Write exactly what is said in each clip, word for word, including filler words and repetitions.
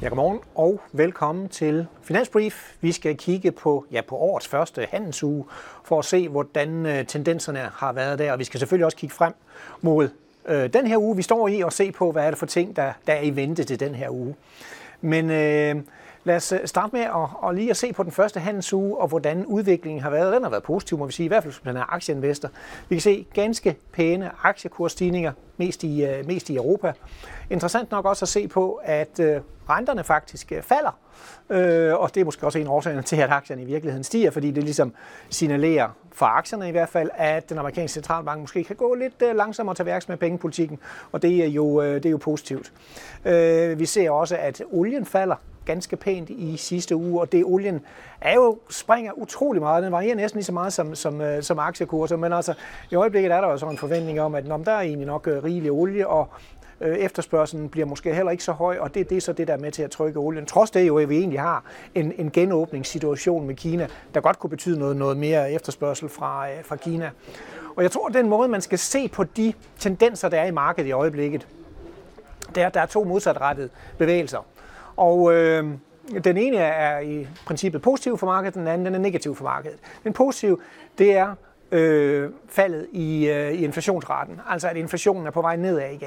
Ja, godmorgen og velkommen til Finansbrief. Vi skal kigge på, ja, på årets første handelsuge for at se, hvordan tendenserne har været der. Og vi skal selvfølgelig også kigge frem mod øh, den her uge, vi står i, og se på, hvad er det for ting, der, der er i vente til den her uge. Men øh, lad os starte med at, at lige at se på den første handelsuge, og hvordan udviklingen har været. Den har været positiv, må vi sige, i hvert fald som den er aktieinvestor. Vi kan se ganske pæne aktiekursstigninger, mest i, mest i Europa. Interessant nok også at se på, at øh, renterne faktisk øh, falder, øh, og det er måske også en årsag til, at aktierne i virkeligheden stiger, fordi det ligesom signalerer for aktierne i hvert fald, at den amerikanske centralbank måske kan gå lidt øh, langsommere til værks med pengepolitikken, og det er jo, øh, det er jo positivt. Øh, vi ser også, at olien falder ganske pænt i sidste uge, og det olien er jo springer utrolig meget. Den varierer næsten lige så meget som, som, som aktiekurser, men altså i øjeblikket er der jo så en forventning om, at når der er egentlig nok rigelig olie, og øh, efterspørgselen bliver måske heller ikke så høj, og det, det er så det, der er med til at trykke olien. Trods det jo, at vi egentlig har en, en genåbningssituation med Kina, der godt kunne betyde noget, noget mere efterspørgsel fra, øh, fra Kina. Og jeg tror, at den måde, man skal se på de tendenser, der er i markedet i øjeblikket, der, der er to modsatrettede bevægelser. Og øh, den ene er i princippet positiv for markedet, den anden den er negativ for markedet. Den positive, det er øh, faldet i, øh, i inflationsraten, altså at inflationen er på vej nedad igen.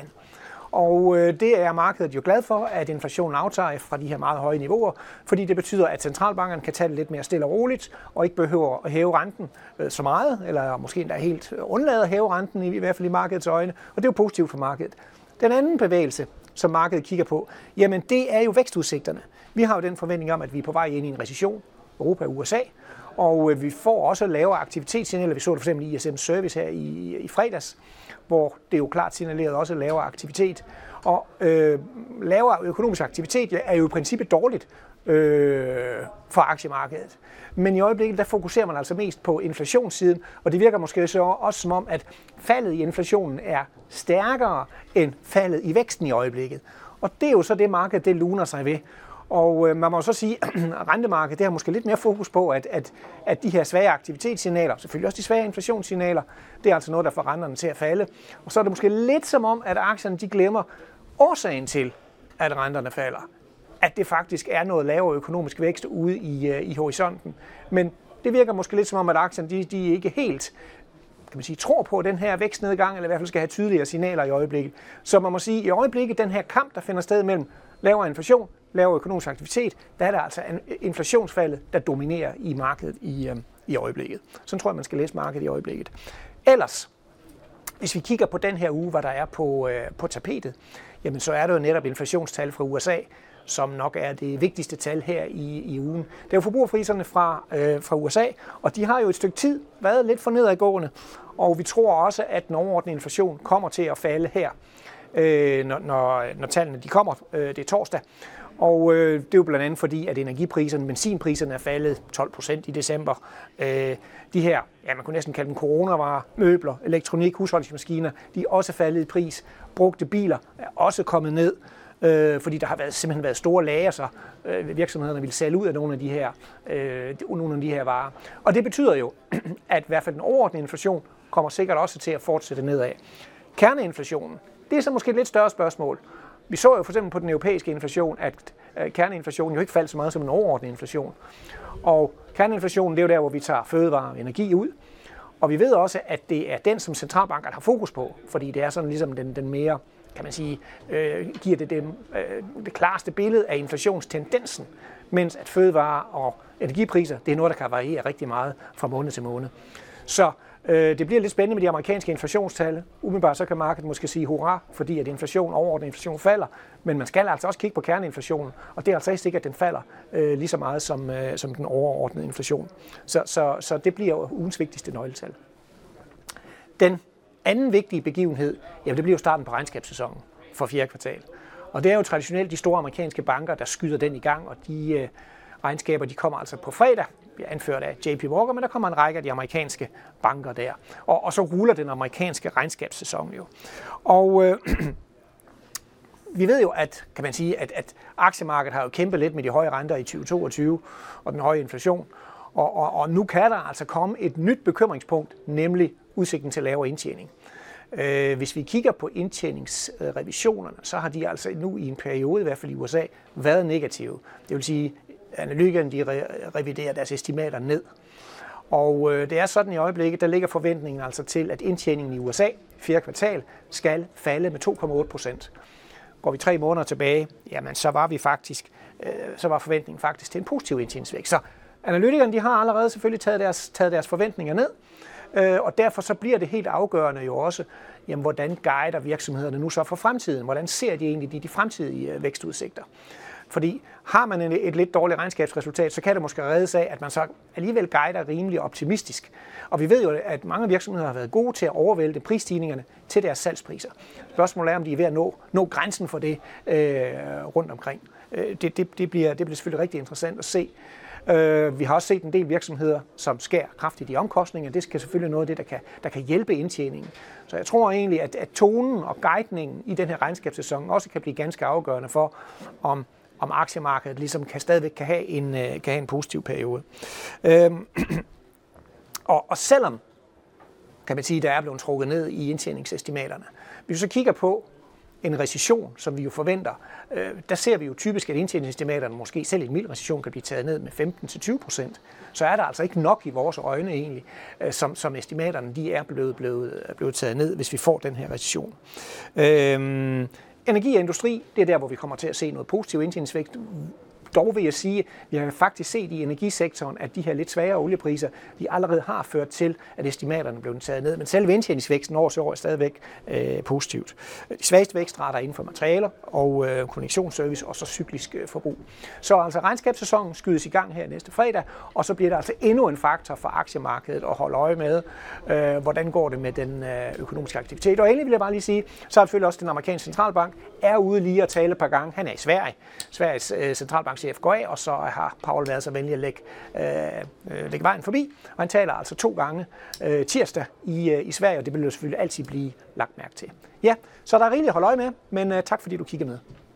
Og øh, det er markedet jo glad for, at inflationen aftager fra de her meget høje niveauer, fordi det betyder, at centralbankerne kan tage det lidt mere stille og roligt, og ikke behøver at hæve renten øh, så meget, eller måske endda helt undlade at hæve renten, i, i hvert fald i markedets øjne, og det er jo positivt for markedet. Den anden bevægelse, som markedet kigger på, jamen det er jo vækstudsigterne. Vi har jo den forventning om, at vi er på vej ind i en recession, Europa og U S A, og vi får også lavere aktivitetssignaler. Vi så det for eksempel i I S M Service her i, i fredags, hvor det jo klart signaleret også lavere aktivitet. Og øh, lavere økonomisk aktivitet er jo i princippet dårligt øh, for aktiemarkedet. Men i øjeblikket, der fokuserer man altså mest på inflationssiden, og det virker måske så også som om, at faldet i inflationen er stærkere end faldet i væksten i øjeblikket. Og det er jo så det marked, det luner sig ved. Og øh, man må så sige, at rentemarkedet det har måske lidt mere fokus på, at, at, at de her svage aktivitetssignaler, selvfølgelig også de svage inflationssignaler, det er altså noget, der får renterne til at falde. Og så er det måske lidt som om, at aktierne de glemmer årsagen til, at renterne falder. At det faktisk er noget lavere økonomisk vækst ude i, i horisonten. Men det virker måske lidt som om, at aktierne de, de ikke helt kan man sige, tror på den her vækstnedgang, eller i hvert fald skal have tydeligere signaler i øjeblikket. Så man må sige, at i øjeblikket, den her kamp, der finder sted mellem lavere inflation, lavere økonomisk aktivitet, der er der altså en inflationsfaldet, der dominerer i markedet i, øh, i øjeblikket. Sådan tror jeg, man skal læse markedet i øjeblikket. Ellers, hvis vi kigger på den her uge, hvad der er på, øh, på tapetet, jamen så er det jo netop inflationstal fra U S A, som nok er det vigtigste tal her i, i ugen. Det er jo forbrugerpriserne fra, øh, fra U S A, og de har jo et stykke tid været lidt for nedadgående, og vi tror også, at den overordnede inflation kommer til at falde her, øh, når, når, når tallene de kommer, øh, det er torsdag. Og øh, det er jo blandt andet fordi, at energipriserne, benzinpriserne er faldet tolv procent i december. Øh, de her, ja man kunne næsten kalde dem coronavarer, møbler, elektronik, husholdningsmaskiner, de er også faldet i pris. Brugte biler er også kommet ned, øh, fordi der har været, simpelthen været store lager, så øh, virksomhederne vil sælge ud af nogle af de her, øh, nogle af de her varer. Og det betyder jo, at i hvert fald den overordnede inflation kommer sikkert også til at fortsætte nedad. Kerneinflationen, det er så måske et lidt større spørgsmål. Vi så jo for eksempel på den europæiske inflation, at kerneinflationen jo ikke faldt så meget som en overordnet inflation. Og kerneinflationen, det er jo der, hvor vi tager fødevarer og energi ud. Og vi ved også, at det er den, som centralbankerne har fokus på, fordi det er sådan ligesom den, den mere, kan man sige, øh, giver det det, øh, det klareste billede af inflationstendensen, mens at fødevarer og energipriser, det er noget, der kan variere rigtig meget fra måned til måned. Så øh, det bliver lidt spændende med de amerikanske inflationstal. Umiddelbart så kan markedet måske sige hurra, fordi at inflation, overordnet inflation falder, men man skal altså også kigge på kerneinflationen, og det er altså ikke sikkert, at den falder øh, lige så meget som, øh, som den overordnede inflation. Så, så, så det bliver jo ugens vigtigste nøgletal. Den anden vigtige begivenhed, jamen det bliver jo starten på regnskabssæsonen for fjerde kvartal. Og det er jo traditionelt de store amerikanske banker, der skyder den i gang, og de øh, regnskaber de kommer altså på fredag, bliver anført af J P Morgan, men der kommer en række af de amerikanske banker der. Og, og så ruller den amerikanske regnskabssæson jo. Og øh, vi ved jo, at, kan man sige, at, at aktiemarkedet har jo kæmpet lidt med de høje renter i tyve toogtyve og den høje inflation. Og, og, og nu kan der altså komme et nyt bekymringspunkt, nemlig udsigten til lavere indtjening. Øh, hvis vi kigger på indtjeningsrevisionerne, så har de altså nu i en periode, i hvert fald i U S A, været negative. Det vil sige, at analytikerne de re- reviderer deres estimater ned. Og øh, det er sådan i øjeblikket, der ligger forventningen altså til, at indtjeningen i U S A fjerde kvartal skal falde med to komma otte procent. Går vi tre måneder tilbage, jamen så var vi faktisk, øh, så var forventningen faktisk til en positiv indtjeningsvækst. Så analytikerne de har allerede selvfølgelig taget deres, taget deres forventninger ned, øh, og derfor så bliver det helt afgørende jo også, jamen, hvordan guider virksomhederne nu så for fremtiden? Hvordan ser de egentlig de, de fremtidige øh, vækstudsigter? Fordi har man et lidt dårligt regnskabsresultat, så kan det måske reddes af, at man så alligevel guider rimelig optimistisk. Og vi ved jo, at mange virksomheder har været gode til at overvælte prisstigningerne til deres salgspriser. Spørgsmålet er, om de er ved at nå, nå grænsen for det øh, rundt omkring. Det, det, det, bliver, det bliver selvfølgelig rigtig interessant at se. Øh, vi har også set en del virksomheder, som skærer kraftigt i omkostninger. Det skal selvfølgelig noget af det, der kan, der kan hjælpe indtjeningen. Så jeg tror egentlig, at, at tonen og guidningen i den her regnskabssæson også kan blive ganske afgørende for, om om aktiemarkedet ligesom kan stadigvæk kan have en, kan have en positiv periode. Øhm, og, og selvom, kan man sige, der er blevet trukket ned i indtjeningsestimaterne, hvis vi så kigger på en recession, som vi jo forventer, øh, der ser vi jo typisk, at indtjeningsestimaterne måske selv i en mild recession kan blive taget ned med femten til tyve procent. Så er der altså ikke nok i vores øjne egentlig, øh, som, som estimaterne de er blevet, blevet, blevet taget ned, hvis vi får den her recession. Øhm, Energi og industri, det er der, hvor vi kommer til at se noget positiv indtjeningsvækst. Dog vil jeg sige, at vi har faktisk set i energisektoren, at de her lidt svagere oliepriser, de allerede har ført til, at estimaterne blev taget ned. Men selve indtjeningsvæksten år til år er stadigvæk øh, positivt. De svageste vækstrater inden for materialer og øh, kommunikationsservice og så cyklisk øh, forbrug. Så altså regnskabssæsonen skydes i gang her næste fredag, og så bliver der altså endnu en faktor for aktiemarkedet at holde øje med, øh, hvordan går det med den øh, økonomiske aktivitet. Og endelig vil jeg bare lige sige, så er selvfølgelig også den amerikanske centralbank er ude lige at tale et par gange. Han er i Sverige. Sveriges øh, centralbank chef går af, og så har Powell været så venlig at lægge, øh, lægge vejen forbi. Og han taler altså to gange øh, tirsdag i, øh, i Sverige, og det vil jo selvfølgelig altid blive lagt mærke til. Ja, så der er rigeligt at holde øje med, men øh, tak fordi du kiggede med.